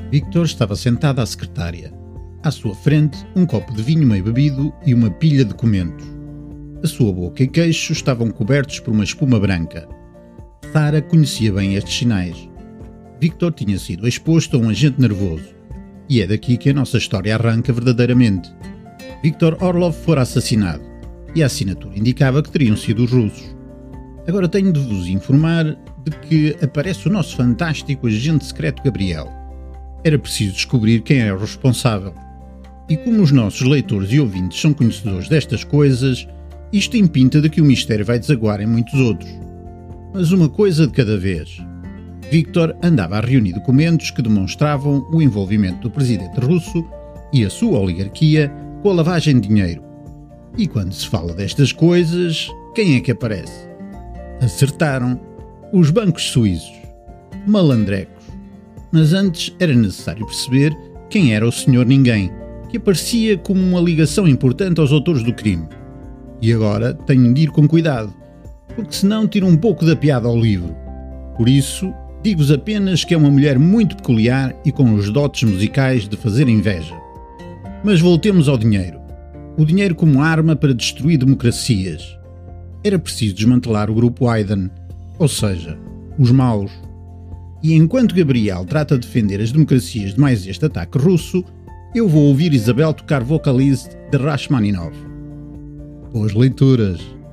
Victor estava sentado à secretária. À sua frente, um copo de vinho meio bebido e uma pilha de documentos. A sua boca e queixo estavam cobertos por uma espuma branca. Tara conhecia bem estes sinais. Victor tinha sido exposto a um agente nervoso. E é daqui que a nossa história arranca verdadeiramente. Viktor Orlov fora assassinado, e a assinatura indicava que teriam sido os russos. Agora tenho de vos informar de que aparece o nosso fantástico agente secreto Gabriel. Era preciso descobrir quem era o responsável. E como os nossos leitores e ouvintes são conhecedores destas coisas, isto tem pinta de que o mistério vai desaguar em muitos outros. Mas uma coisa de cada vez. Victor andava a reunir documentos que demonstravam o envolvimento do presidente russo e a sua oligarquia com a lavagem de dinheiro. E quando se fala destas coisas, quem é que aparece? Acertaram! Os bancos suíços. Malandrecos. Mas antes era necessário perceber quem era o Sr. Ninguém, que aparecia como uma ligação importante aos autores do crime. E agora tenho de ir com cuidado, porque senão tiro um pouco da piada ao livro. Por isso, digo-vos apenas que é uma mulher muito peculiar e com os dotes musicais de fazer inveja. Mas voltemos ao dinheiro. O dinheiro como arma para destruir democracias. Era preciso desmantelar o grupo Aiden, ou seja, os maus. E enquanto Gabriel trata de defender as democracias de mais este ataque russo, eu vou ouvir Isabel tocar Vocalist de Rachmaninoff. Boas leituras!